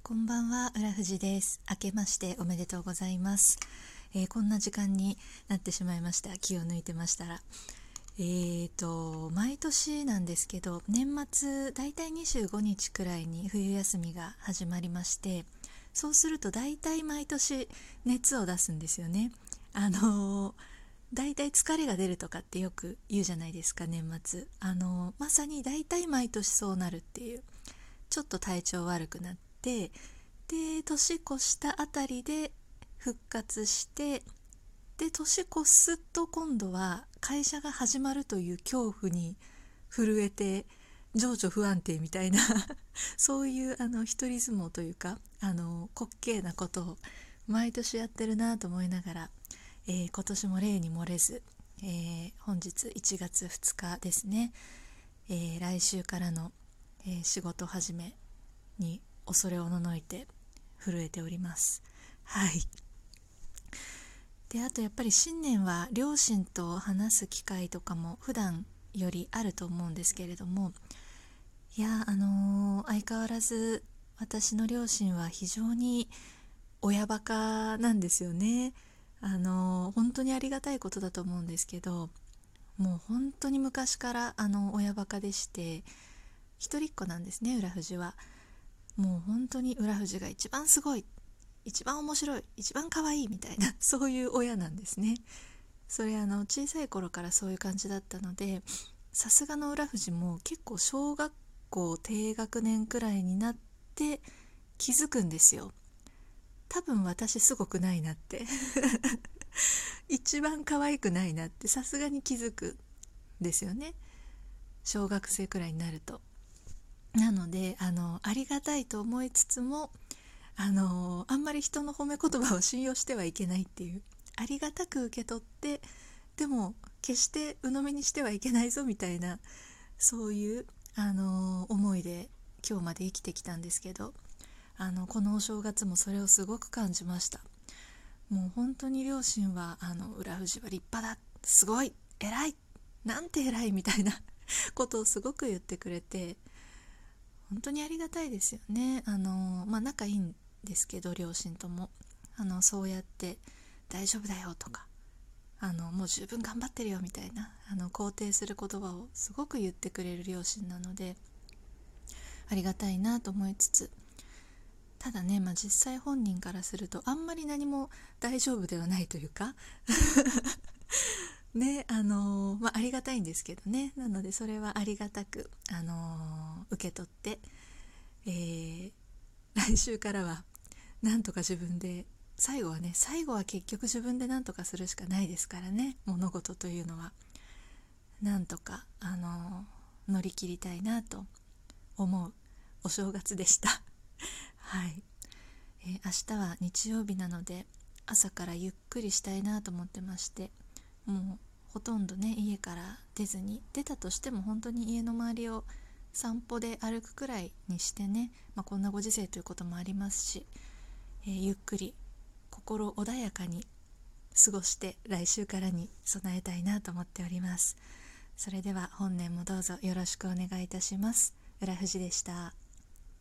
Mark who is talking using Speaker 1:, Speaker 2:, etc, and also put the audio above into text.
Speaker 1: こんばんは、浦富です。明けましておめでとうございます。こんな時間になってしまいました。気を抜いてましたら。毎年なんですけど、年末だいたい25日くらいに冬休みが始まりまして、そうするとだいたい毎年熱を出すんですよね。だいたい疲れが出るとかってよく言うじゃないですか、年末。まさにだいたい毎年そうなるっていう。ちょっと体調悪くなって、で年越したあたりで復活して、で年越すと今度は会社が始まるという恐怖に震えて、情緒不安定みたいなそういう一人相撲というか滑稽なことを毎年やってるなと思いながら、今年も例に漏れず、本日1月2日ですね、来週からの、仕事始めに恐れおののいて震えております。はい。で、あとやっぱり新年は両親と話す機会とかも普段よりあると思うんですけれども、いや、相変わらず私の両親は非常に親バカなんですよね。本当にありがたいことだと思うんですけど、もう本当に昔から親バカでして、一人っ子なんですね、浦富は。もう本当に浦富が一番すごい、一番面白い、一番可愛いみたいなそういう親なんですね。それ小さい頃からそういう感じだったので、さすがの浦富も結構小学校低学年くらいになって気づくんですよ。多分私すごくないなって一番可愛くないなってさすがに気づくんですよね、小学生くらいになると。なのでありがたいと思いつつもあんまり人の褒め言葉を信用してはいけないっていう、ありがたく受け取ってでも決して鵜呑みにしてはいけないぞみたいな、そういう、思いで今日まで生きてきたんですけど、このお正月もそれをすごく感じました。もう本当に両親は浦富は立派だ、すごい偉い、なんて偉いみたいなことをすごく言ってくれて、本当にありがたいですよね。仲いいんですけど、両親ともそうやって大丈夫だよとか、もう十分頑張ってるよみたいな肯定する言葉をすごく言ってくれる両親なので、ありがたいなと思いつつ、ただね、実際本人からするとあんまり何も大丈夫ではないというかね、ありがたいんですけどね。なのでそれはありがたく、受け取って、来週からはなんとか自分で、最後は結局自分でなんとかするしかないですからね、物事というのは。なんとか乗り切りたいなと思うお正月でしたはい。明日は日曜日なので朝からゆっくりしたいなと思ってまして、もうほとんどね家から出ずに、出たとしても本当に家の周りを散歩で歩くくらいにしてね、こんなご時世ということもありますし、ゆっくり心穏やかに過ごして来週からに備えたいなと思っております。それでは本年もどうぞよろしくお願いいたします。浦富でした。